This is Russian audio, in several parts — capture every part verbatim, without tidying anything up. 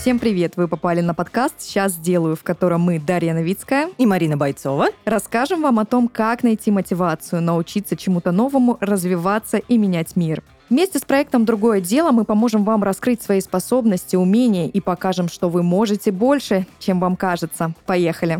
Всем привет! Вы попали на подкаст «Сейчас сделаю», в котором мы, Дарья Новицкая и Марина Бойцова, расскажем вам о том, как найти мотивацию, научиться чему-то новому, развиваться и менять мир. Вместе с проектом «Другое дело» мы поможем вам раскрыть свои способности, умения и покажем, что вы можете больше, чем вам кажется. Поехали!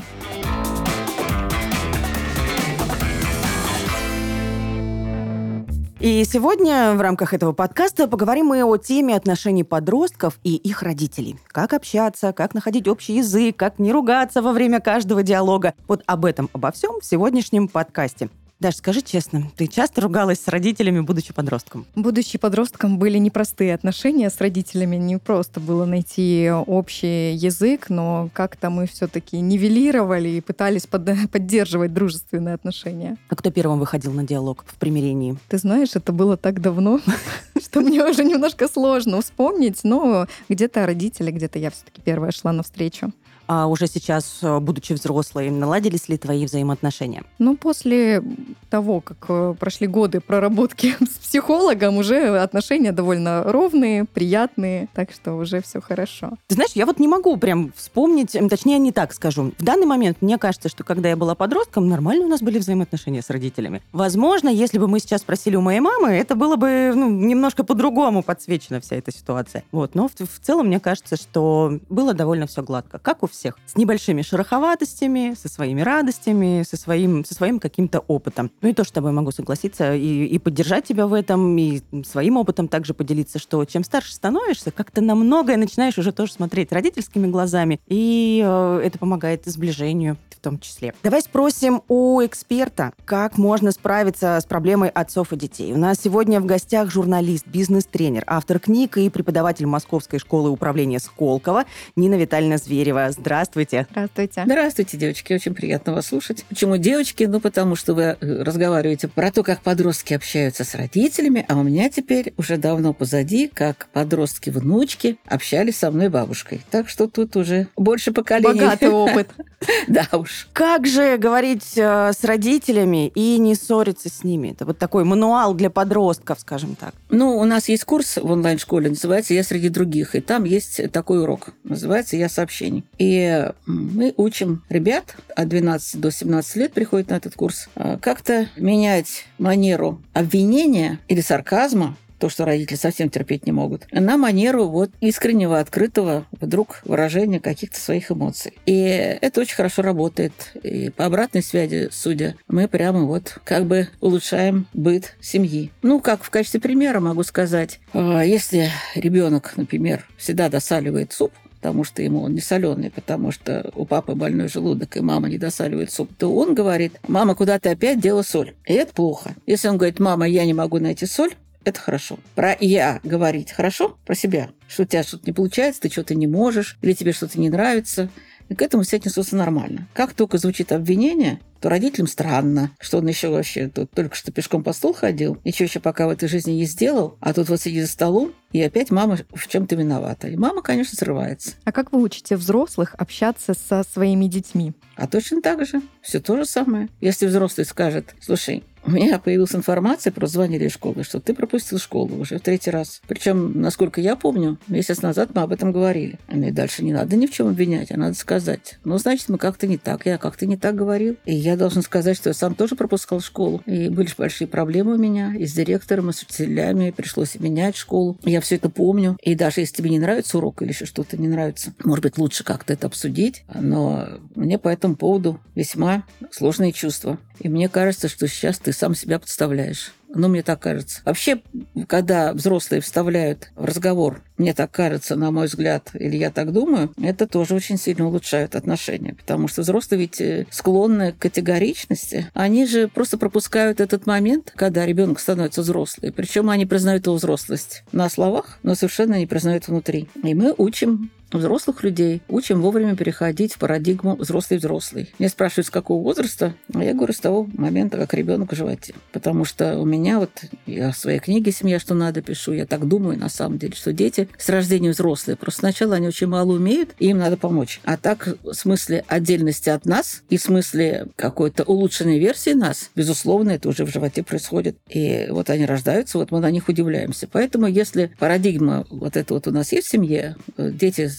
И сегодня в рамках этого подкаста поговорим мы о теме отношений подростков и их родителей. Как общаться, как находить общий язык, как не ругаться во время каждого диалога. Вот об этом, обо всем в сегодняшнем подкасте. Даш, скажи честно, ты часто ругалась с родителями, будучи подростком? Будучи подростком, были непростые отношения с родителями. Не просто было найти общий язык, но как-то мы все-таки нивелировали и пытались под- поддерживать дружественные отношения. А кто первым выходил на диалог в примирении? Ты знаешь, это было так давно, что мне уже немножко сложно вспомнить, но где-то родители, где-то я все-таки первая шла навстречу. А уже сейчас, будучи взрослой, наладились ли твои взаимоотношения? Ну, после того, как прошли годы проработки с психологом, уже отношения довольно ровные, приятные, так что уже все хорошо. Ты знаешь, я вот не могу прям вспомнить, точнее, не так скажу. В данный момент мне кажется, что когда я была подростком, нормально у нас были взаимоотношения с родителями. Возможно, если бы мы сейчас спросили у моей мамы, это было бы ну, немножко по-другому подсвечена вся эта ситуация. Вот. Но в, в целом мне кажется, что было довольно все гладко, как у всех. С небольшими шероховатостями, со своими радостями, со своим, со своим каким-то опытом. Ну и то, что с тобой могу согласиться и, и поддержать тебя в этом, и своим опытом также поделиться, что чем старше становишься, как-то на многое начинаешь уже тоже смотреть родительскими глазами, и э, это помогает сближению в том числе. Давай спросим у эксперта, как можно справиться с проблемой отцов и детей. У нас сегодня в гостях журналист, бизнес-тренер, автор книг и преподаватель Московской школы управления Сколково Нина Витальевна Зверева. Здравствуйте. Здравствуйте. Здравствуйте, девочки. Очень приятно вас слушать. Почему девочки? Ну, потому что вы разговариваете про то, как подростки общаются с родителями, а у меня теперь уже давно позади, как подростки-внучки общались со мной бабушкой. Так что тут уже больше поколений. Богатый опыт. Да уж. Как же говорить э, с родителями и не ссориться с ними? Это вот такой мануал для подростков, скажем так. Ну, у нас есть курс в онлайн-школе, называется «Я среди других», и там есть такой урок, называется «Я сообщений». И мы учим ребят от двенадцати до семнадцати лет, приходят на этот курс, как-то менять манеру обвинения или сарказма, то, что родители совсем терпеть не могут, на манеру вот искреннего, открытого вдруг выражения каких-то своих эмоций. И это очень хорошо работает. И по обратной связи, судя, мы прямо вот как бы улучшаем быт семьи. Ну, как в качестве примера могу сказать, если ребенок, например, всегда досаливает суп, потому что ему он не соленый, потому что у папы больной желудок, и мама не досаливает суп, то он говорит: «Мама, куда ты опять дела соль?» И это плохо. Если он говорит: «Мама, я не могу найти соль», это хорошо. Про «я» говорить хорошо, про себя, что у тебя что-то не получается, ты что-то не можешь, или тебе что-то не нравится. И к этому все отнесутся нормально. Как только звучит обвинение, то родителям странно, что он еще вообще тут только что пешком по стол ходил, ничего еще пока в этой жизни не сделал, а тут вот сидит за столом, и опять мама в чем-то виновата. И мама, конечно, срывается. А как вы учите взрослых общаться со своими детьми? А точно так же. Все то же самое. Если взрослый скажет: «Слушай, у меня появилась информация, просто звонили из школы, что ты пропустил школу уже в третий раз». Причем, насколько я помню, месяц назад мы об этом говорили. И дальше не надо ни в чем обвинять, а надо сказать: «Ну, значит, мы как-то не так, я как-то не так говорил». И я должен сказать, что я сам тоже пропускал школу. И были большие проблемы у меня и с директором, и с учителями. Пришлось менять школу. Я все это помню. И даже если тебе не нравится урок или еще что-то не нравится, может быть, лучше как-то это обсудить. Но мне по этому поводу весьма сложные чувства. И мне кажется, что сейчас ты сам себя подставляешь. Ну, мне так кажется. Вообще, когда взрослые вставляют в разговор, мне так кажется, на мой взгляд, или я так думаю, это тоже очень сильно улучшает отношения. Потому что взрослые ведь склонны к категоричности. Они же просто пропускают этот момент, когда ребенок становится взрослым. Причем они признают его взрослость на словах, но совершенно не признают внутри. И мы учим взрослых людей, учим вовремя переходить в парадигму взрослый-взрослый. Меня спрашивают, с какого возраста, а я говорю, с того момента, как ребенок в животе. Потому что у меня вот, я в своей книге «Семья, что надо» пишу, я так думаю, на самом деле, что дети с рождения взрослые. Просто сначала они очень мало умеют, и им надо помочь. А так, в смысле отдельности от нас и в смысле какой-то улучшенной версии нас, безусловно, это уже в животе происходит. И вот они рождаются, вот мы на них удивляемся. Поэтому, если парадигма вот эта вот у нас есть в семье, дети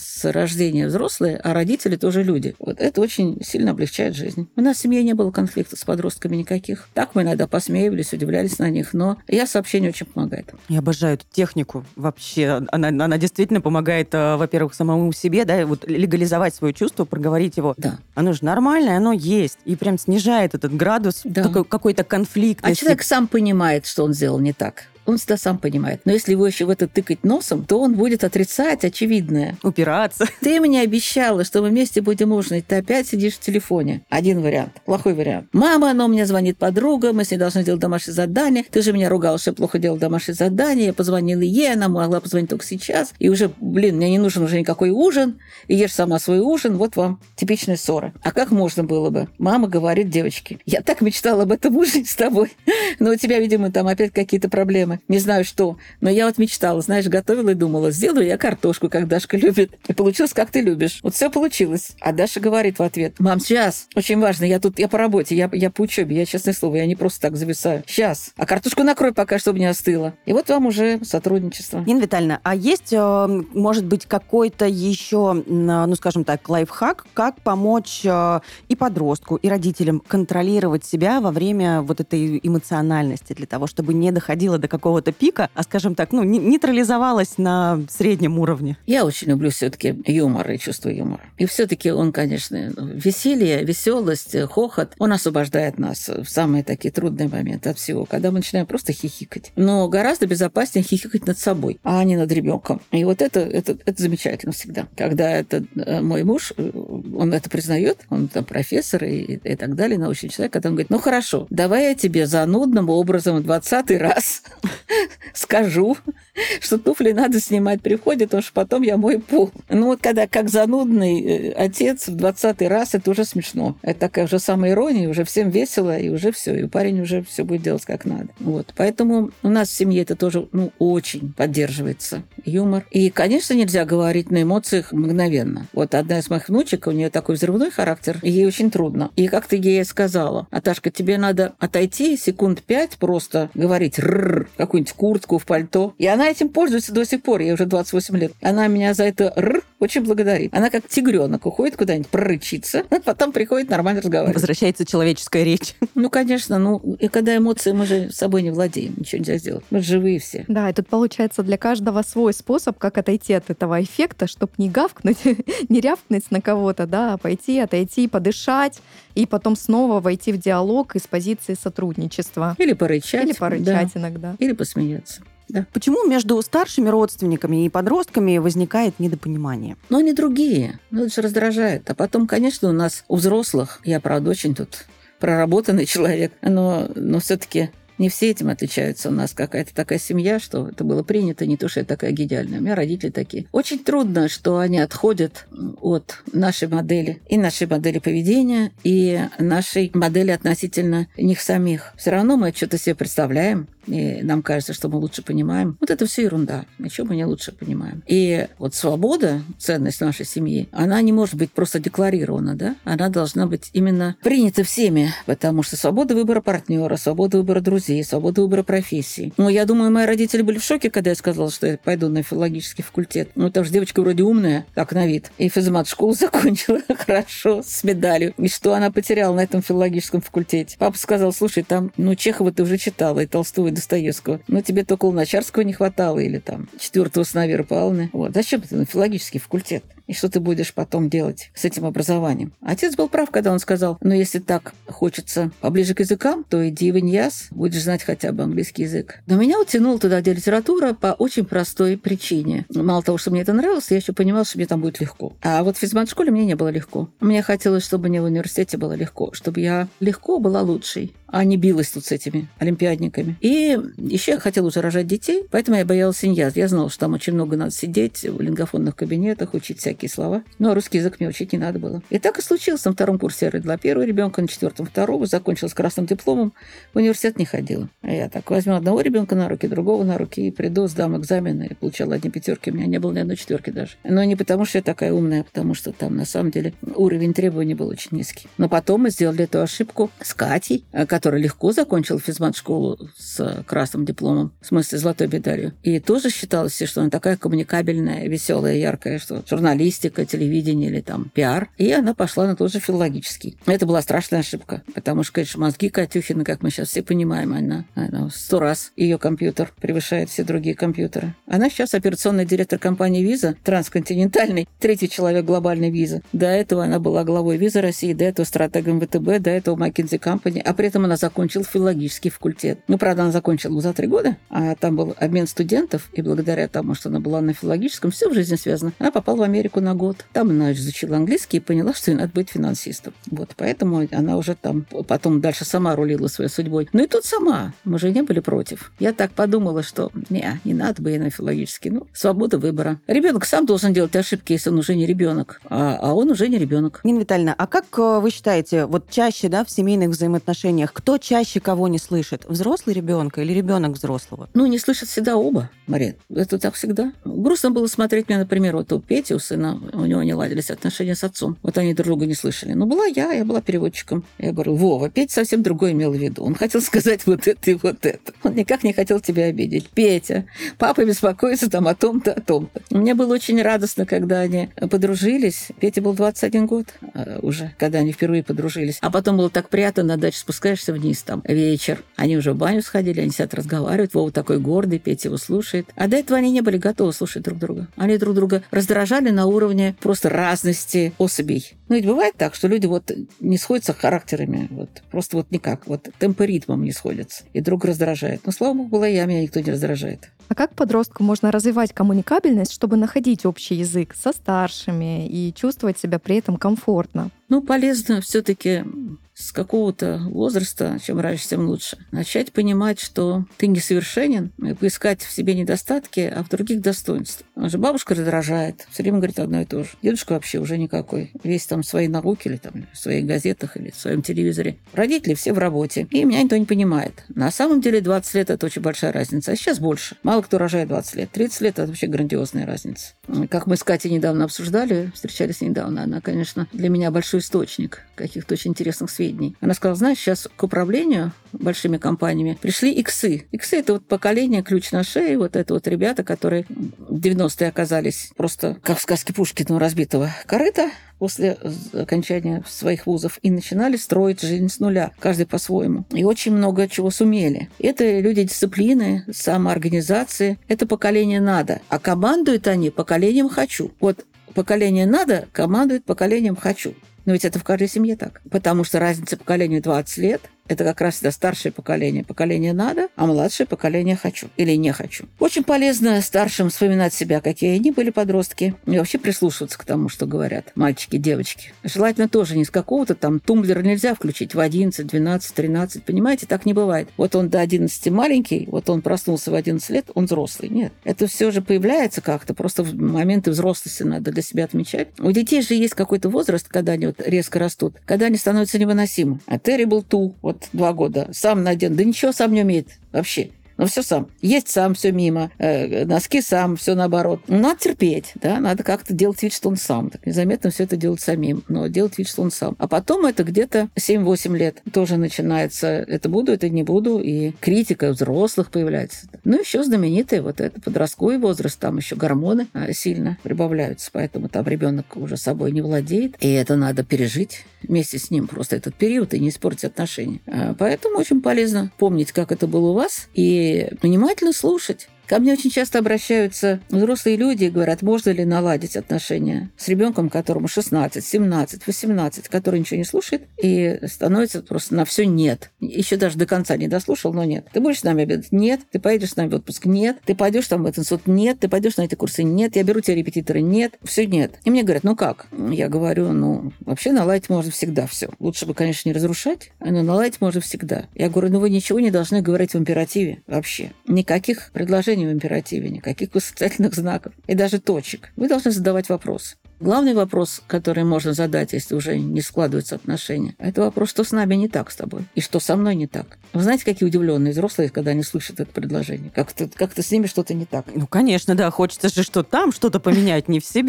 с рождения взрослые, а родители тоже люди. Вот это очень сильно облегчает жизнь. У нас в семье не было конфликтов с подростками никаких. Так мы иногда посмеивались, удивлялись на них, но я сообщение очень помогает. Я обожаю эту технику вообще. Она, она действительно помогает, во-первых, самому себе, да, вот легализовать свое чувство, проговорить его. Да. Оно же нормальное, оно есть. И прям снижает этот градус да. какой-то конфликтности. А человек сам понимает, что он сделал не так. Он всегда сам понимает. Но если его еще в это тыкать носом, то он будет отрицать очевидное. Упираться. Ты мне обещала, что мы вместе будем ужинать. Ты опять сидишь в телефоне. Один вариант. Плохой вариант. Мама, но мне звонит подруга, мы с ней должны делать домашнее задание. Ты же меня ругала, что я плохо делала домашнее задание. Я позвонила ей, она могла позвонить только сейчас. И уже, блин, мне не нужен уже никакой ужин. И ешь сама свой ужин. Вот вам типичная ссора. А как можно было бы? Мама говорит девочке: я так мечтала об этом ужине с тобой. Но у тебя, видимо, там опять какие-то проблемы. Не знаю что, но я вот мечтала, знаешь, готовила и думала, сделаю я картошку, как Дашка любит. И получилось, как ты любишь. Вот все получилось. А Даша говорит в ответ: мам, сейчас, очень важно, я тут, я по работе, я, я по учебе, я, честное слово, я не просто так зависаю. Сейчас. А картошку накрой пока, чтобы не остыла. И вот вам уже сотрудничество. Нина Витальевна, а есть, может быть, какой-то еще, ну, скажем так, лайфхак, как помочь и подростку, и родителям контролировать себя во время вот этой эмоциональности, для того, чтобы не доходило до какого-то пика, а, скажем так, ну, нейтрализовалась на среднем уровне? Я очень люблю все-таки юмор и чувство юмора. И все-таки он, конечно, веселье, веселость, хохот, он освобождает нас в самые такие трудные моменты от всего, когда мы начинаем просто хихикать. Но гораздо безопаснее хихикать над собой, а не над ребенком. И вот это, это, это замечательно всегда. Когда это мой муж, он это признает, он там профессор и, и так далее, научный человек, когда он говорит: ну хорошо, давай я тебе занудным образом в двадцатый раз скажу, что туфли надо снимать при входе, потому что потом я мою пол. Ну вот когда как занудный отец в двадцатый раз, это уже смешно. Это такая уже самоирония, уже всем весело, и уже все, и парень уже все будет делать как надо. Вот. Поэтому у нас в семье это тоже, ну, очень поддерживается юмор. И, конечно, нельзя говорить на эмоциях мгновенно. Вот одна из моих внучек, у нее такой взрывной характер, и ей очень трудно. И как ты ей сказала: Аташка, тебе надо отойти секунд пять, просто говорить «рррр», какую-нибудь куртку в пальто. И она этим пользуется до сих пор, ей уже двадцать восемь лет. Она меня за это «рррр» очень благодарит. Она как тигренок уходит куда-нибудь, прорычится, а потом приходит нормально разговаривать. Возвращается человеческая речь. Ну, конечно, ну, и когда эмоции, мы же собой не владеем, ничего нельзя сделать. Мы же живые все. Да, и тут получается для каждого свой способ, как отойти от этого эффекта, чтобы не гавкнуть, не рявкнуть на кого-то, да, а пойти, отойти, подышать, и потом снова войти в диалог из позиции сотрудничества. Или порычать. Или порычать да. иногда. Или посмеяться. Да. Почему между старшими родственниками и подростками возникает недопонимание? Но они другие. Ну, это же раздражает. А потом, конечно, у нас, у взрослых, я, правда, очень тут проработанный человек, но, но все-таки не все этим отличаются. У нас какая-то такая семья, что это было принято, не то, что я такая гениальная. У меня родители такие. Очень трудно, что они отходят от нашей модели, и нашей модели поведения, и нашей модели относительно них самих. Все равно мы что-то себе представляем, и нам кажется, что мы лучше понимаем. Вот это все ерунда. Ничего мы не лучше понимаем. И вот свобода, ценность нашей семьи, она не может быть просто декларирована, да? Она должна быть именно принята всеми, потому что свобода выбора партнера, свобода выбора друзей, свобода выбора профессии. Ну, я думаю, мои родители были в шоке, когда я сказала, что я пойду на филологический факультет. Ну, потому что девочка вроде умная, так на вид. И физмат-школу закончила хорошо, с медалью. И что она потеряла на этом филологическом факультете? Папа сказал: слушай, там, ну, Чехова ты уже читала, и Толстого, и Достоевского. Но тебе только Луначарского не хватало, или там четвертого сна Веры Павловны. Вот. Зачем ты на филологический факультет? И что ты будешь потом делать с этим образованием? Отец был прав, когда он сказал: ну, если так хочется поближе к языкам, то иди в ИНЯС, будешь знать хотя бы английский язык. Но меня утянула туда, где литература, по очень простой причине. Мало того, что мне это нравилось, я еще понимала, что мне там будет легко. А вот в физмат-школе мне не было легко. Мне хотелось, чтобы мне в университете было легко, чтобы я легко была лучшей, а не билась тут с этими олимпиадниками. И еще я хотела уже рожать детей, поэтому я боялась ИНЯС. Я знала, что там очень много надо сидеть в лингофонных кабинетах, учить всякие слова. Ну, а русский язык мне учить не надо было. И так и случилось. На втором курсе я родила первого ребенка, на четвертом второго, закончила с красным дипломом, в университет не ходила. А я так возьму одного ребенка на руки, другого на руки, и приду, сдам экзамены, и получала одни пятерки. У меня не было ни одной четверки даже. Но не потому, что я такая умная, а потому что там, на самом деле, уровень требований был очень низкий. Но потом мы сделали эту ошибку с Катей, который легко закончил физмат-школу с красным дипломом, в смысле золотой медалью. И тоже считалось, что она такая коммуникабельная, веселая, яркая, что журналистика, телевидение или там пиар. И она пошла на тот же филологический. Это была страшная ошибка, потому что, конечно, мозги Катюхины, как мы сейчас все понимаем, она, она сто раз ее компьютер превышает все другие компьютеры. Она сейчас операционный директор компании «Виза», трансконтинентальный, третий человек глобальной «Визы». До этого она была главой «Виза России», до этого стратегом ВТБ, до этого McKinsey Company, а при этом она закончила филологический факультет. Ну, правда, она закончила за три года, а там был обмен студентов, и благодаря тому, что она была на филологическом, все в жизни связано, она попала в Америку на год. Там она изучила английский и поняла, что ей надо быть финансистом. Вот, поэтому она уже там потом дальше сама рулила своей судьбой. Ну и тут сама. Мы же не были против. Я так подумала, что не, не надо бы ей на филологический. Ну, свобода выбора. Ребенок сам должен делать ошибки, если он уже не ребенок, а, а он уже не ребенок. Нина Витальевна, а как вы считаете, вот чаще, да, в семейных взаимоотношениях, кто чаще кого не слышит? Взрослый ребенка или ребенок взрослого? Ну, не слышат всегда оба, Марин. Это так всегда. Грустно было смотреть мне, например, вот у Пети, у сына, у него не ладились отношения с отцом. Вот они друг друга не слышали. Но была я, я была переводчиком. Я говорю, Вова, Петя совсем другое имел в виду. Он хотел сказать вот это и вот это. Он никак не хотел тебя обидеть. Петя, папа беспокоится там о том-то, о том-то. Мне было очень радостно, когда они подружились. Пете был двадцать один год уже, когда они впервые подружились. А потом было так приятно, на даче спускаешься вниз, там вечер. Они уже в баню сходили, они сидят разговаривают. Вова такой гордый, Петя его слушает. А до этого они не были готовы слушать друг друга. Они друг друга раздражали на уровне просто разности особей. Ну, ведь бывает так, что люди вот не сходятся характерами, вот просто вот никак, вот темпы ритмом не сходятся, и друг раздражает. Но, слава богу, была я, меня никто не раздражает. А как подростку можно развивать коммуникабельность, чтобы находить общий язык со старшими и чувствовать себя при этом комфортно? Ну, полезно все-таки с какого-то возраста, чем раньше, тем лучше, начать понимать, что ты несовершенен, и поискать в себе недостатки, а в других достоинства. Потому что бабушка раздражает, все время говорит одно и то же. Дедушка вообще уже никакой. Весь там в своей науке, или там в своих газетах, или в своем телевизоре. Родители все в работе. И меня никто не понимает. На самом деле двадцать лет – это очень большая разница. А сейчас больше. Мало кто рожает двадцать лет. тридцать лет – это вообще грандиозная разница. Как мы с Катей недавно обсуждали, встречались недавно, она, конечно, для меня большой источник каких-то очень интересных сведений. Она сказала, знаешь, сейчас к управлению большими компаниями пришли иксы. Иксы – это вот поколение ключ на шее, вот это вот ребята, которые в девяностые оказались просто, как в сказке Пушкина, разбитого корыта после окончания своих вузов и начинали строить жизнь с нуля, каждый по-своему. И очень много чего сумели. Это люди дисциплины, самоорганизации. Это поколение «надо». А командуют они поколением «хочу». Вот поколение «надо» командует поколением «хочу». Но ведь это в каждой семье так. Потому что разница поколению двадцать лет – это как раз всегда старшее поколение. Поколение «надо», а младшее поколение «хочу» или «не хочу». Очень полезно старшим вспоминать себя, какие они были подростки, и вообще прислушиваться к тому, что говорят мальчики, девочки. Желательно тоже не с какого-то там тумблера нельзя включить в одиннадцать, двенадцать, тринадцать. Понимаете, так не бывает. Вот он до одиннадцати маленький, вот он проснулся в одиннадцать лет, он взрослый. Нет. Это все же появляется как-то. Просто в моменты взрослости надо для себя отмечать. У детей же есть какой-то возраст, когда они вот резко растут, когда они становятся невыносимы. А Terrible Two, вот два года, сам наден, да ничего сам не умеет вообще. Но все сам. Есть сам, все мимо. Э, носки сам, все наоборот. Надо терпеть, да, надо как-то делать вид, что он сам. Так незаметно все это делать самим, но делать вид, что он сам. А потом это где-то семь-восемь лет тоже начинается. Это буду, это не буду. И критика взрослых появляется. Ну, еще знаменитый вот это подростковый возраст. Там еще гормоны сильно прибавляются. Поэтому там ребенок уже собой не владеет. И это надо пережить вместе с ним просто этот период и не испортить отношения. Поэтому очень полезно помнить, как это было у вас, и внимательно слушать. Ко мне очень часто обращаются взрослые люди и говорят, можно ли наладить отношения с ребенком, которому шестнадцать, семнадцать, восемнадцать, который ничего не слушает и становится просто на все нет. Еще даже до конца не дослушал, но нет. Ты будешь с нами обедать? Нет. Ты поедешь с нами в отпуск? Нет. Ты пойдешь там в этот суд? Нет. Ты пойдешь на эти курсы? Нет. Я беру тебя репетиторы? Нет. Все нет. И мне говорят, ну как? Я говорю, ну вообще наладить можно всегда все. Лучше бы, конечно, не разрушать, но наладить можно всегда. Я говорю, ну вы ничего не должны говорить в императиве вообще. Никаких предложений в императиве, никаких восклицательных знаков и даже точек. Вы должны задавать вопросы. Главный вопрос, который можно задать, если уже не складываются отношения, это вопрос, что с нами не так с тобой и что со мной не так. Вы знаете, какие удивленные взрослые, когда они слышат это предложение? Как-то, как-то с ними что-то не так. Ну, конечно, да. Хочется же, что там что-то поменять, не в себе.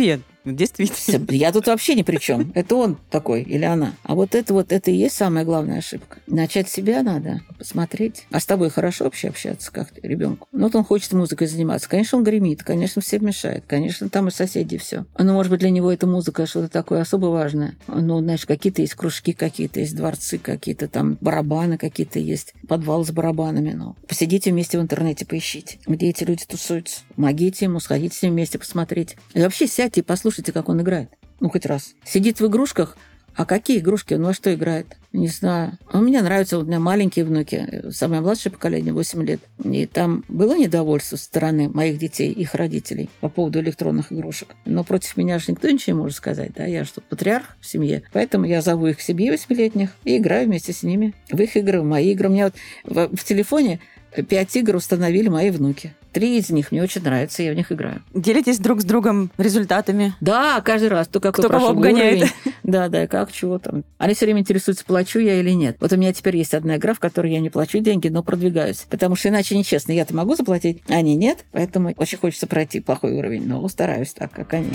Действительно. Я тут вообще ни при чем. Это он такой или она. А вот это вот, это и есть самая главная ошибка. Начать с себя надо, посмотреть. А с тобой хорошо вообще общаться, как ребенку. Ну, вот он хочет музыкой заниматься. Конечно, он гремит, конечно, всем мешает. Конечно, там и соседи все. Но, может быть, для него эта музыка что-то такое особо важное. Ну, знаешь, какие-то есть кружки, какие-то есть дворцы, какие-то там барабаны какие-то есть, подвал с барабанами. Ну, посидите вместе в интернете, поищите, где эти люди тусуются. Помогите ему, сходите с ним вместе посмотреть. И вообще сядьте и послушайте, как он играет. Ну, хоть раз. Сидит в игрушках. А какие игрушки? Он во что играет? Не знаю. А мне нравятся, вот у меня маленькие внуки, самое младшее поколение, восемь лет. И там было недовольство со стороны моих детей, их родителей по поводу электронных игрушек. Но против меня же никто ничего не может сказать. Да? Я же тут патриарх в семье. Поэтому я зову их к себе восьмилетних и играю вместе с ними. В их игры, в мои игры. У меня вот в, в телефоне пять игр установили мои внуки. Три из них мне очень нравятся, я в них играю. Делитесь друг с другом результатами? Да, каждый раз. То, какой Кто кого обгоняет. Уровень. Да, да, как, чего там. Они все время интересуются, плачу я или нет. Вот у меня теперь есть одна игра, в которой я не плачу деньги, но продвигаюсь. Потому что иначе нечестно. Я-то могу заплатить, а они нет. Поэтому очень хочется пройти плохой уровень, но стараюсь так, как они.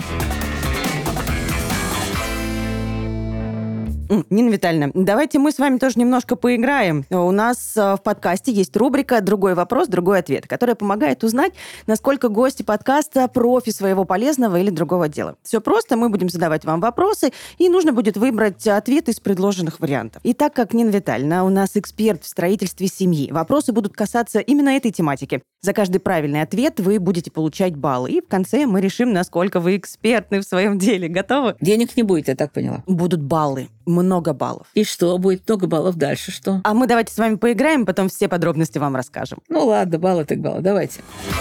Нина Витальевна, давайте мы с вами тоже немножко поиграем. У нас в подкасте есть рубрика «Другой вопрос, другой ответ», которая помогает узнать, насколько гости подкаста профи своего полезного или другого дела. Все просто, мы будем задавать вам вопросы, и нужно будет выбрать ответ из предложенных вариантов. И так как Нина Витальевна у нас эксперт в строительстве семьи, вопросы будут касаться именно этой тематики. За каждый правильный ответ вы будете получать баллы, и в конце мы решим, насколько вы экспертны в своем деле. Готовы? Денег не будет, я так поняла. Будут баллы. Много баллов. И что? Будет много баллов дальше, что? А мы давайте с вами поиграем, потом все подробности вам расскажем. Ну ладно, баллы так баллы, давайте.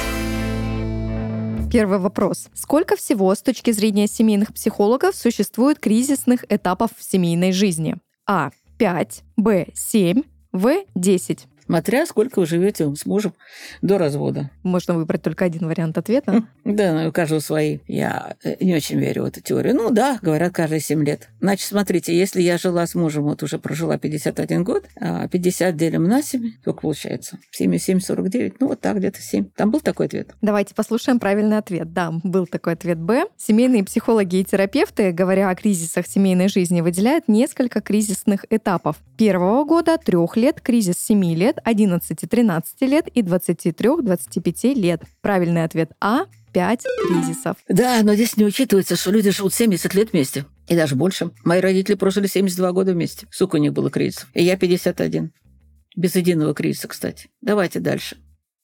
Первый вопрос. Сколько всего с точки зрения семейных психологов существует кризисных этапов в семейной жизни? А. пять, Б. семь, В. десять. Смотря сколько вы живете с мужем до развода. Можно выбрать только один вариант ответа. Да, ну, у каждого свои. Я не очень верю в эту теорию. Ну да, говорят, каждые семь лет. Значит, смотрите, если я жила с мужем, вот уже прожила пятьдесят один год, а пятьдесят делим на семь, сколько получается? семь и семь, сорок девять. Ну вот так, где-то семь. Там был такой ответ? Давайте послушаем правильный ответ. Да, был такой ответ Б. Семейные психологи и терапевты, говоря о кризисах семейной жизни, выделяют несколько кризисных этапов. Первого года, трех лет, кризис семи лет, одиннадцати-тринадцати лет и двадцати-трёх-двадцати пяти лет. Правильный ответ А – пять кризисов. Да, но здесь не учитывается, что люди живут семьдесят лет вместе. И даже больше. Мои родители прожили семьдесят два года вместе. Сколько у них было кризисов. И я пятьдесят один. Без единого кризиса, кстати. Давайте дальше.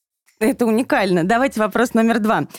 Это уникально. Давайте вопрос номер два.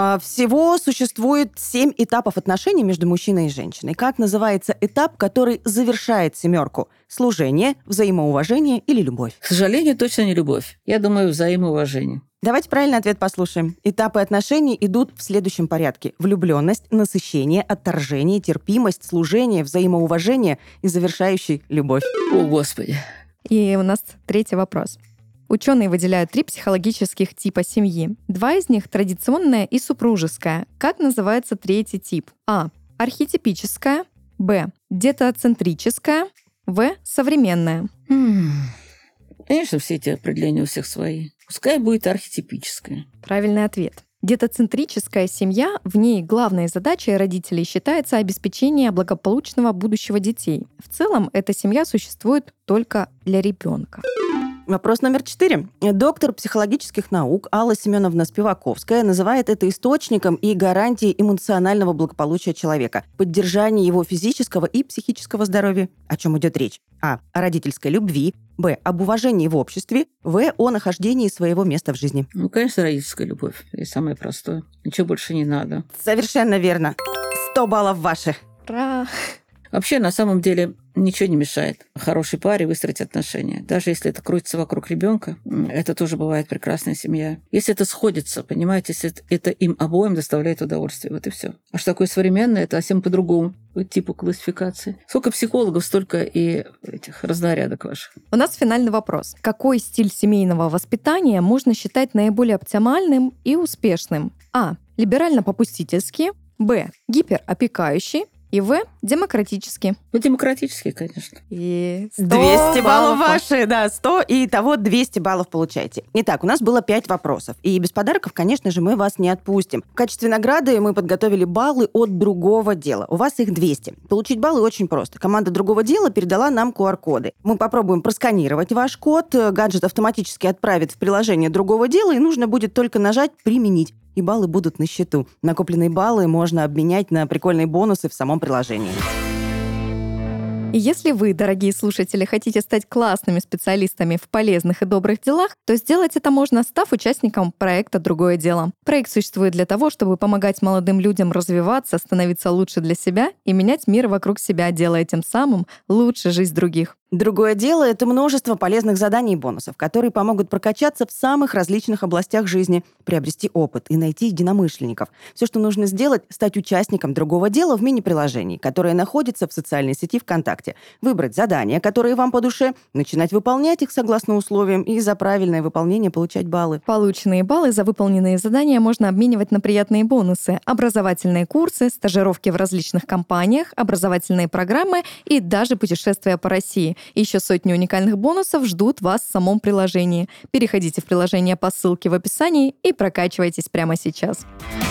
Всего существует семь этапов отношений между мужчиной и женщиной. Как называется этап, который завершает семерку? Служение, взаимоуважение или любовь? К сожалению, точно не любовь. Я думаю, взаимоуважение. Давайте правильный ответ послушаем. Этапы отношений идут в следующем порядке. Влюбленность, насыщение, отторжение, терпимость, служение, взаимоуважение и завершающий любовь. О, Господи. И у нас третий вопрос. Ученые выделяют три психологических типа семьи. Два из них традиционная и супружеская. Как называется третий тип? А. Архетипическая. Б. Детоцентрическая. В. Современная. М-м. Конечно, все эти определения у всех свои. Пускай будет архетипическая. Правильный ответ. Детоцентрическая семья, в ней главной задачей родителей считается обеспечение благополучного будущего детей. В целом, эта семья существует только для ребенка. Вопрос номер четыре. Доктор психологических наук Алла Семеновна Спиваковская называет это источником и гарантией эмоционального благополучия человека, поддержания его физического и психического здоровья. О чем идет речь? А. О родительской любви. Б. Об уважении в обществе. В. О нахождении своего места в жизни. Ну, конечно, родительская любовь. И самое простое. Ничего больше не надо. Совершенно верно. Сто баллов ваши. Ура! Вообще, на самом деле, ничего не мешает хорошей паре выстроить отношения. Даже если это крутится вокруг ребенка, это тоже бывает прекрасная семья. Если это сходится, понимаете, если это им обоим доставляет удовольствие, вот и все. А что такое современное, это совсем по-другому, по типу классификации. Сколько психологов, столько и этих разнарядок ваших. У нас финальный вопрос. Какой стиль семейного воспитания можно считать наиболее оптимальным и успешным? А. Либерально-попустительский. Б. Гиперопекающий. И В – демократически. Ну, демократически, конечно. И сто двести баллов баллов. ваши, да, сто, и итого двести баллов получаете. Итак, у нас было пять вопросов. И без подарков, конечно же, мы вас не отпустим. В качестве награды мы подготовили баллы от другого дела. У вас их двести. Получить баллы очень просто. Команда другого дела передала нам ку ар-коды. Мы попробуем просканировать ваш код, гаджет автоматически отправит в приложение другого дела, и нужно будет только нажать «Применить». И баллы будут на счету. Накопленные баллы можно обменять на прикольные бонусы в самом приложении. И если вы, дорогие слушатели, хотите стать классными специалистами в полезных и добрых делах, то сделать это можно, став участником проекта «Другое дело». Проект существует для того, чтобы помогать молодым людям развиваться, становиться лучше для себя и менять мир вокруг себя, делая тем самым лучше жизнь других. Другое дело — это множество полезных заданий и бонусов, которые помогут прокачаться в самых различных областях жизни, приобрести опыт и найти единомышленников. Все, что нужно сделать, стать участником другого дела в мини-приложении, которое находится в социальной сети ВКонтакте. Выбрать задания, которые вам по душе, начинать выполнять их согласно условиям и за правильное выполнение получать баллы. Полученные баллы за выполненные задания можно обменивать на приятные бонусы, образовательные курсы, стажировки в различных компаниях, образовательные программы и даже путешествия по России. Еще сотни уникальных бонусов ждут вас в самом приложении. Переходите в приложение по ссылке в описании и прокачивайтесь прямо сейчас.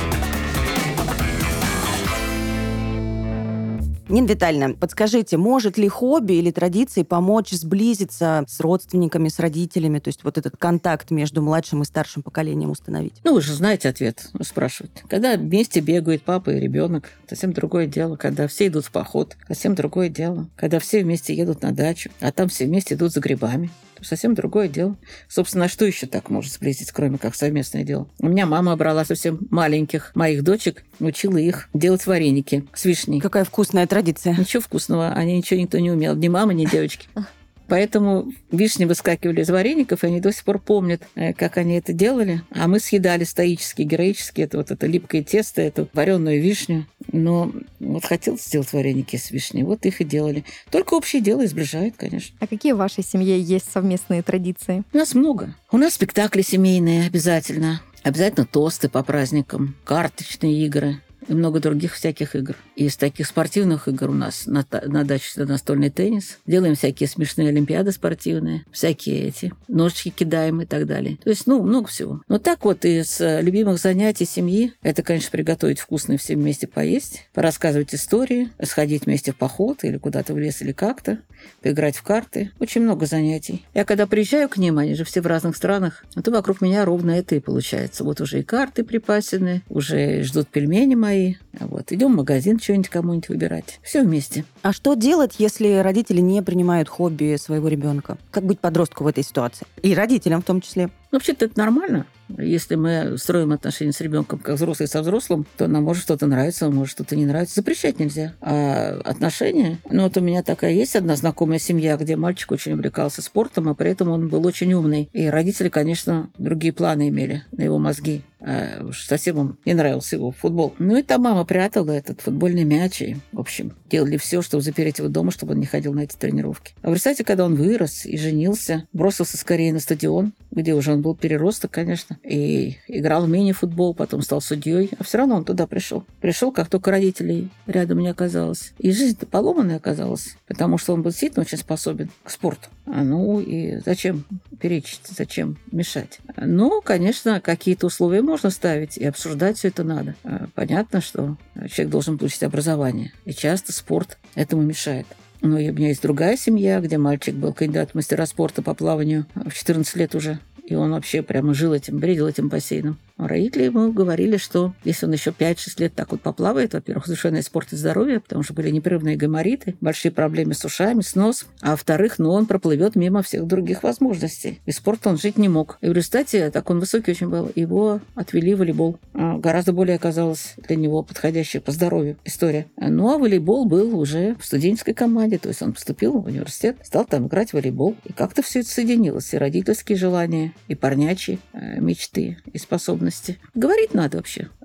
Нина Витальевна, подскажите, может ли хобби или традиции помочь сблизиться с родственниками, с родителями? То есть вот этот контакт между младшим и старшим поколением установить? Ну, вы же знаете ответ, спрашивают. Когда вместе бегают папа и ребенок, совсем другое дело. Когда все идут в поход, совсем другое дело. Когда все вместе едут на дачу, а там все вместе идут за грибами. Совсем другое дело. Собственно, что еще так может сблизить, кроме как совместное дело? У меня мама брала совсем маленьких моих дочек, учила их делать вареники с вишней. Какая вкусная традиция. Ничего вкусного, они ничего никто не умел. Ни мама, ни девочки. Поэтому вишни выскакивали из вареников, и они до сих пор помнят, как они это делали. А мы съедали стоически, героически это вот это липкое тесто, эту вареную вишню. Но вот хотелось сделать вареники с вишней, вот их и делали. Только общее дело и сближает, конечно. А какие в вашей семье есть совместные традиции? У нас много. У нас спектакли семейные обязательно. Обязательно тосты по праздникам, карточные игры и много других всяких игр. Из таких спортивных игр у нас на, на даче настольный теннис. Делаем всякие смешные олимпиады спортивные, всякие эти ножички кидаем и так далее. То есть, ну, много всего. Но так вот из любимых занятий семьи это, конечно, приготовить вкусно и все вместе поесть, порассказывать истории, сходить вместе в поход или куда-то в лес или как-то, поиграть в карты. Очень много занятий. Я когда приезжаю к ним, они же все в разных странах, то вокруг меня ровно это и получается. Вот уже и карты припасены, уже ждут пельмени мои. Вот. Идем в магазин что-нибудь кому-нибудь выбирать. Все вместе. А что делать, если родители не принимают хобби своего ребенка? Как быть подростку в этой ситуации? И родителям в том числе. Ну, вообще-то это нормально. Если мы строим отношения с ребенком как взрослый со взрослым, то нам может что-то нравиться, может что-то не нравится. Запрещать нельзя. А отношения... Ну, вот у меня такая есть одна знакомая семья, где мальчик очень увлекался спортом, а при этом он был очень умный. И родители, конечно, другие планы имели на его мозги. А уж совсем ему не нравился его футбол. Ну, и там мама прятала этот футбольный мяч. И, в общем, делали все, чтобы запереть его дома, чтобы он не ходил на эти тренировки. А представьте, когда он вырос и женился, бросился скорее на стадион, где уже он был переросток, конечно, и играл в мини-футбол, потом стал судьей, а все равно он туда пришел. Пришел, как только родителей рядом не оказалось. И жизнь-то поломанная оказалась, потому что он был действительно очень способен к спорту. А ну и зачем перечить, зачем мешать? Ну, конечно, какие-то условия можно ставить, и обсуждать все это надо. Понятно, что человек должен получить образование, и часто спорт этому мешает. Но у меня есть другая семья, где мальчик был кандидат в мастера спорта по плаванию в четырнадцать лет уже. И он вообще прямо жил этим, бредил этим бассейном. А родители ему говорили, что если он еще пять-шесть лет так вот поплавает, во-первых, совершенно испортит здоровье, потому что были непрерывные гаймориты, большие проблемы с ушами, с носом. А во-вторых, ну, он проплывет мимо всех других возможностей. И спорт он жить не мог. И в результате, так он высокий очень был, его отвели в волейбол. Гораздо более оказалась для него подходящая по здоровью история. Ну, а волейбол был уже в студенческой команде, то есть он поступил в университет, стал там играть в волейбол. И как-то все это соединилось. И родительские желания, и парнячьи мечты, и способности. Говорить надо вообще.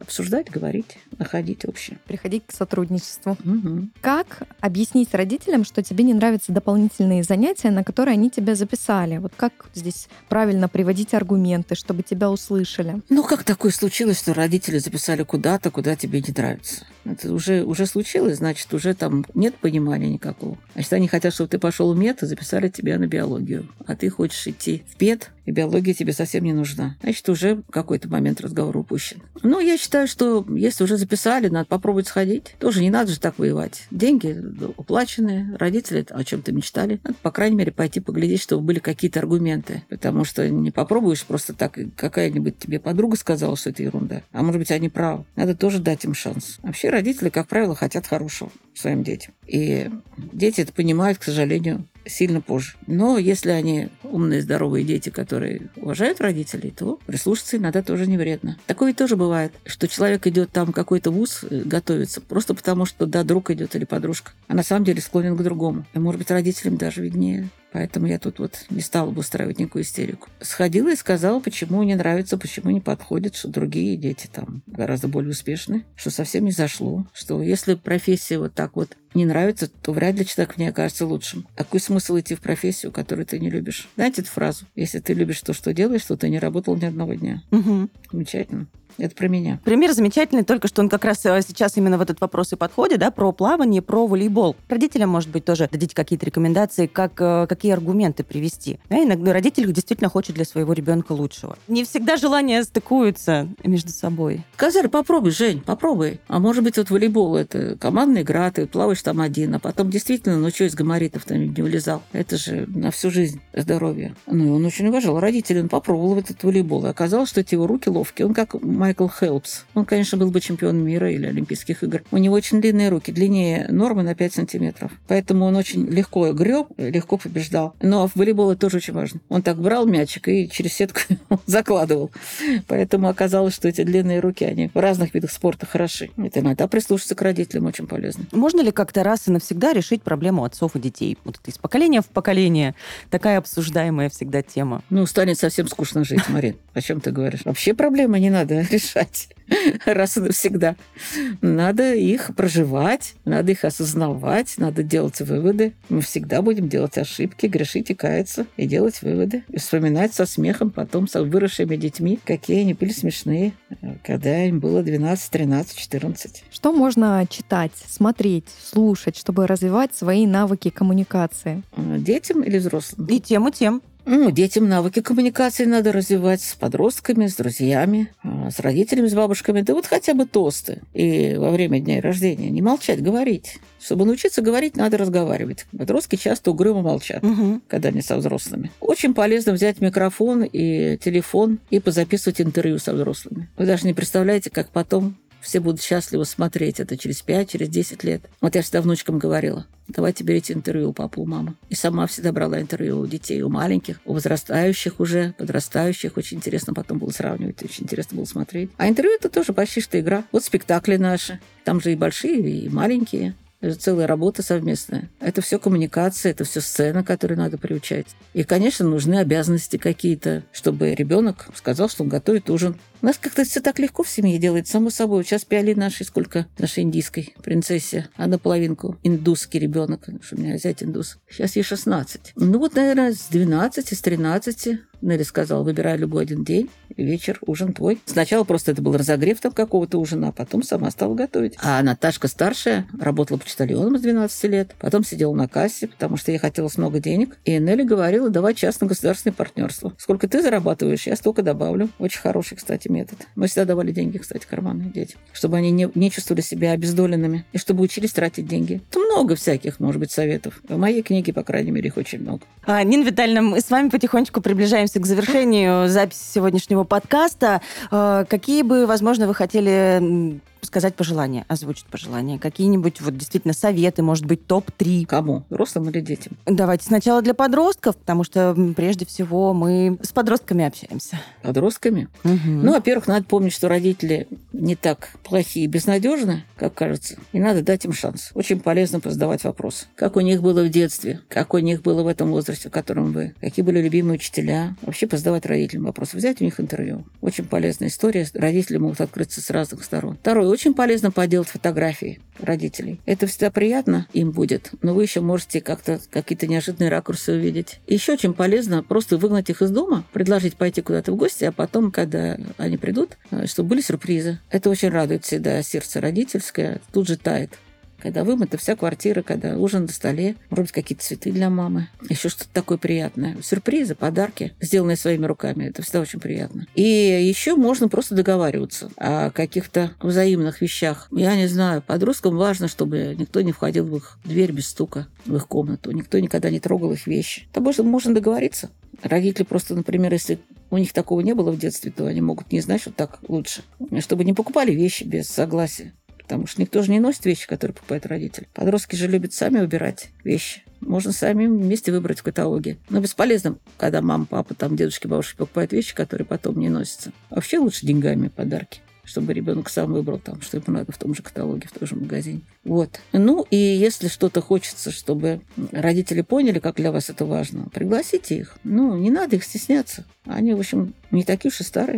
обсуждать, говорить, находить общее. Приходить к сотрудничеству. Угу. Как объяснить родителям, что тебе не нравятся дополнительные занятия, на которые они тебя записали? Вот как здесь правильно приводить аргументы, чтобы тебя услышали? Ну, как такое случилось, что родители записали куда-то, куда тебе не нравится? Это уже, уже случилось, значит, уже там нет понимания никакого. Значит, они хотят, чтобы ты пошел в мед и записали тебя на биологию. А ты хочешь идти в пед, и биология тебе совсем не нужна. Значит, уже какой-то момент разговора упущен. Ну, я считаю, что если уже записали, надо попробовать сходить. Тоже не надо же так воевать. Деньги уплаченные, родители о чем-то мечтали. Надо, по крайней мере, пойти поглядеть, чтобы были какие-то аргументы. Потому что не попробуешь просто так, какая-нибудь тебе подруга сказала, что это ерунда. А может быть, они правы. Надо тоже дать им шанс. Вообще родители, как правило, хотят хорошего своим детям. И дети это понимают, к сожалению, сильно позже. Но если они умные, здоровые дети, которые уважают родителей, то прислушаться иногда тоже не вредно. Такое тоже бывает, что человек идет там в какой-то вуз готовится, просто потому что, да, друг идет или подружка, а на самом деле склонен к другому. И, может быть, родителям даже виднее. Поэтому я тут вот не стала бы устраивать никакую истерику. Сходила и сказала, почему не нравится, почему не подходит, что другие дети там гораздо более успешны, что совсем не зашло, что если профессия вот так вот не нравится, то вряд ли человек в ней окажется лучшим. Какой смысл идти в профессию, которую ты не любишь? Знаете эту фразу? Если ты любишь то, что делаешь, то ты не работал ни одного дня. Угу. Замечательно. Это про меня. Пример замечательный, только что он как раз сейчас именно в этот вопрос и подходит, да, про плавание, про волейбол. Родителям, может быть, тоже дадите какие-то рекомендации, как, какие аргументы привести. Да, иногда родитель действительно хочет для своего ребенка лучшего. Не всегда желания стыкуются между собой. Сказали, попробуй, Жень, попробуй. А может быть, вот волейбол – это командная игра, ты плаваешь там один, а потом действительно, ну что из гамаритов там не улезал? Это же на всю жизнь здоровье. Ну, и он очень уважал родителей, он попробовал этот волейбол, и оказалось, что эти его руки ловкие. Он как Майкл Фелпс. Он, конечно, был бы чемпионом мира или Олимпийских игр. У него очень длинные руки, длиннее нормы на пять сантиметров. Поэтому он очень легко греб, легко побеждал. Но в волейболе тоже очень важно. Он так брал мячик и через сетку закладывал. Поэтому оказалось, что эти длинные руки, они в разных видах спорта хороши. Это иногда прислушаться к родителям очень полезно. Можно ли как-то раз и навсегда решить проблему отцов и детей? Вот это из поколения в поколение такая обсуждаемая всегда тема. Ну, станет совсем скучно жить, Марин. О чем ты говоришь? Вообще проблемы не надо решать раз и навсегда. Надо их проживать, надо их осознавать, надо делать выводы. Мы всегда будем делать ошибки, грешить и каяться, и делать выводы. И вспоминать со смехом потом с выросшими детьми, какие они были смешные, когда им было двенадцать, тринадцать, четырнадцать. Что можно читать, смотреть, слушать, чтобы развивать свои навыки коммуникации? Детям или взрослым? И тем, и тем. Ну, детям навыки коммуникации надо развивать с подростками, с друзьями, с родителями, с бабушками. Да вот хотя бы тосты. И во время дня рождения не молчать, говорить. Чтобы научиться говорить, надо разговаривать. Подростки часто угрюмо молчат, угу. когда они со взрослыми. Очень полезно взять микрофон и телефон и позаписывать интервью со взрослыми. Вы даже не представляете, как потом все будут счастливы смотреть это через пять, через десять лет. Вот я всегда внучкам говорила, давайте берите интервью у папы, у мамы. И сама всегда брала интервью у детей, у маленьких, у возрастающих уже, подрастающих. Очень интересно потом было сравнивать, очень интересно было смотреть. А интервью – это тоже почти что игра. Вот спектакли наши. Там же и большие, и маленькие. Это целая работа совместная. Это все коммуникация, это все сцена, которую надо приучать. И, конечно, нужны обязанности какие-то, чтобы ребенок сказал, что он готовит ужин. У нас как-то все так легко в семье делает, само собой. Сейчас Пиали нашей, сколько нашей индийской принцессе, а наполовинку индусский ребенок, потому что у меня зять индус. Сейчас ей шестнадцать. Ну вот, наверное, с двенадцати, с тринадцати Нелли сказала, выбирай любой один день, вечер, ужин твой. Сначала просто это был разогрев там какого-то ужина, а потом сама стала готовить. А Наташка старшая работала почтальоном с двенадцати лет, потом сидела на кассе, потому что ей хотелось много денег. И Нелли говорила, давай частно-государственное партнерство. Сколько ты зарабатываешь, я столько добавлю. Очень хороший, кстати, метод. Мы всегда давали деньги, кстати, карманные детям, чтобы они не, не чувствовали себя обездоленными и чтобы учились тратить деньги. Это много всяких, может быть, советов. В моей книге, по крайней мере, их очень много. А, Нина Витальевна, мы с вами потихонечку приближаемся к завершению записи сегодняшнего подкаста. А, какие бы, возможно, вы хотели сказать пожелания, озвучить пожелания? Какие-нибудь вот действительно советы, может быть, топ три? Кому? Взрослым или детям? Давайте сначала для подростков, потому что прежде всего мы с подростками общаемся. Подростками? Угу. Ну, во-первых, надо помнить, что родители не так плохие и безнадежны, как кажется, и надо дать им шанс. Очень полезно позадавать вопросы. Как у них было в детстве, как у них было в этом возрасте, в котором вы, какие были любимые учителя. Вообще позадавать родителям вопросы, взять у них интервью. Очень полезная история. Родители могут открыться с разных сторон. Второе, очень полезно поделать фотографии родителей. Это всегда приятно им будет, но вы еще можете как-то какие-то неожиданные ракурсы увидеть. И еще очень полезно просто выгнать их из дома, предложить пойти куда-то в гости, а потом, когда они придут, чтобы были сюрпризы. Это очень радует всегда сердце родительское, тут же тает. Когда вымыта вся квартира, когда ужин на столе, может быть, какие-то цветы для мамы, еще что-то такое приятное. Сюрпризы, подарки, сделанные своими руками. Это всегда очень приятно. И еще можно просто договариваться о каких-то взаимных вещах. Я не знаю, подросткам важно, чтобы никто не входил в их дверь без стука, в их комнату. Никто никогда не трогал их вещи. Потому что можно договориться. Родители просто, например, если у них такого не было в детстве, то они могут не знать, что так лучше. Чтобы не покупали вещи без согласия. Потому что никто же не носит вещи, которые покупают родители. Подростки же любят сами выбирать вещи. Можно сами вместе выбрать в каталоге. Но бесполезно, когда мама, папа, там, дедушки, бабушки покупают вещи, которые потом не носятся. Вообще лучше деньгами подарки, чтобы ребенок сам выбрал, там, что ему надо в том же каталоге, в том же магазине. Вот. Ну, и если что-то хочется, чтобы родители поняли, как для вас это важно, пригласите их. Ну, не надо их стесняться. Они, в общем, не такие уж и старые.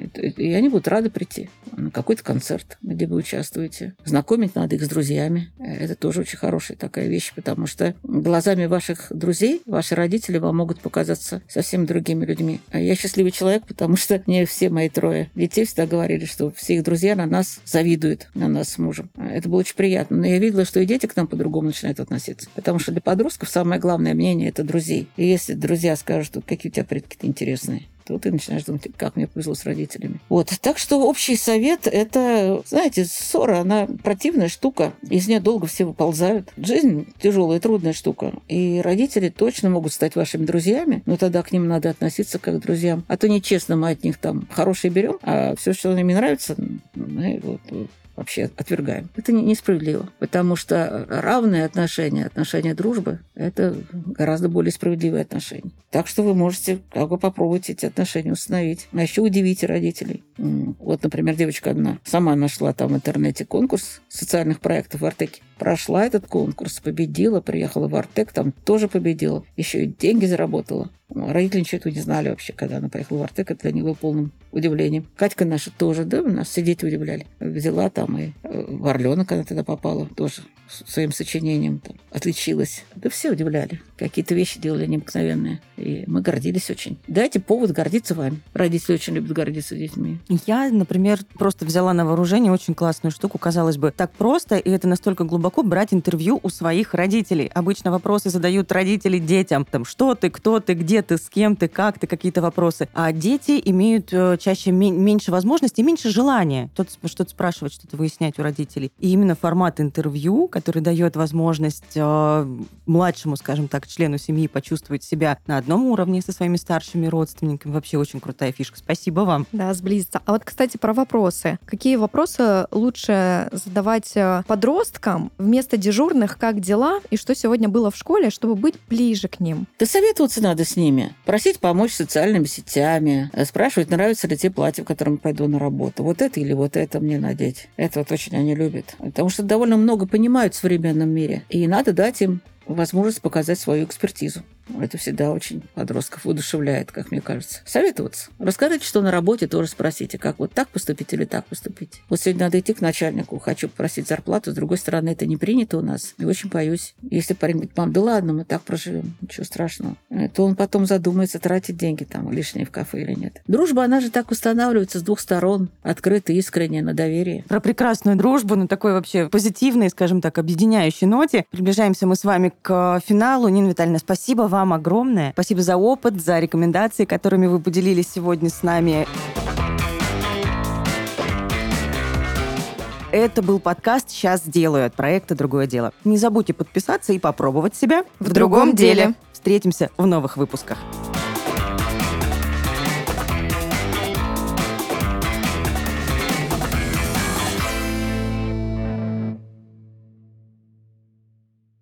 И они будут рады прийти на какой-то концерт, где вы участвуете. Знакомить надо их с друзьями. Это тоже очень хорошая такая вещь, потому что глазами ваших друзей ваши родители вам могут показаться совсем другими людьми. А я счастливый человек, потому что мне все мои трое детей всегда говорили, что все их друзья на нас завидуют, на нас с мужем. Это было очень приятно. Но я видела, что и дети к нам по-другому начинают относиться. Потому что для подростков самое главное мнение – это друзей. И если друзья скажут, что какие у тебя предки-то интересные, то ты начинаешь думать, как мне повезло с родителями. Вот. Так что общий совет – это, знаете, ссора, она противная штука. Из нее долго все выползают. Жизнь тяжелая, трудная штука. И родители точно могут стать вашими друзьями, но тогда к ним надо относиться как к друзьям. А то нечестно мы от них там хорошие берем, а все, что им не нравится, ну, вот, вообще отвергаем. Это несправедливо, потому что равные отношения, отношения дружбы – это гораздо более справедливые отношения. Так что вы можете как бы попробовать эти отношения установить. А еще удивите родителей. Вот, например, девочка одна сама нашла там в интернете конкурс социальных проектов в Артеке. Прошла этот конкурс, победила, приехала в Артек, там тоже победила, еще и деньги заработала. Родители ничего этого не знали вообще, когда она приехала в Артек. Это для них было полным удивлением. Катька наша тоже, да, нас все дети удивляли. Взяла там и в Орленок она тогда попала тоже своим сочинением. Там, отличилась. Да все удивляли. Какие-то вещи делали необыкновенные. И мы гордились очень. Дайте повод гордиться вами. Родители очень любят гордиться детьми. Я, например, просто взяла на вооружение очень классную штуку. Казалось бы, так просто, и это настолько глубоко брать интервью у своих родителей. Обычно вопросы задают родители детям. Там, что ты, кто ты, где ты, с кем ты, как ты, какие-то вопросы. А дети имеют чаще меньше возможностей, меньше желания что-то спрашивать, что-то выяснять у родителей. И именно формат интервью, который дает возможность э, младшему, скажем так, члену семьи почувствовать себя на одном уровне со своими старшими родственниками, вообще очень крутая фишка. Спасибо вам. Да, сблизиться. А вот, кстати, про вопросы. Какие вопросы лучше задавать подросткам вместо дежурных, как дела и что сегодня было в школе, чтобы быть ближе к ним? Да советоваться надо с ними. Просить помочь социальными сетями. Спрашивать, нравится ли те платья, в котором пойду на работу. Вот это или вот это мне надеть. Это вот очень они любят. Потому что довольно много понимают в современном мире. И надо дать им возможность показать свою экспертизу. Это всегда очень подростков воодушевляет, как мне кажется. Советоваться. Расскажите, что на работе, тоже спросите, как вот так поступить или так поступить. Вот сегодня надо идти к начальнику, хочу попросить зарплату, с другой стороны, это не принято у нас. И очень боюсь. Если парень говорит, мам, да ладно, мы так проживем, ничего страшного, то он потом задумается, тратить деньги там лишние в кафе или нет. Дружба, она же так устанавливается с двух сторон, открыто, искренне, на доверии. Про прекрасную дружбу на такой вообще позитивной, скажем так, объединяющей ноте. Приближаемся мы с вами к финалу. Нина Витальевна, спасибо вам огромное. Спасибо за опыт, за рекомендации, которыми вы поделились сегодня с нами. Это был подкаст «Сейчас сделаю» от проекта «Другое дело». Не забудьте подписаться и попробовать себя в другом деле. Встретимся в новых выпусках.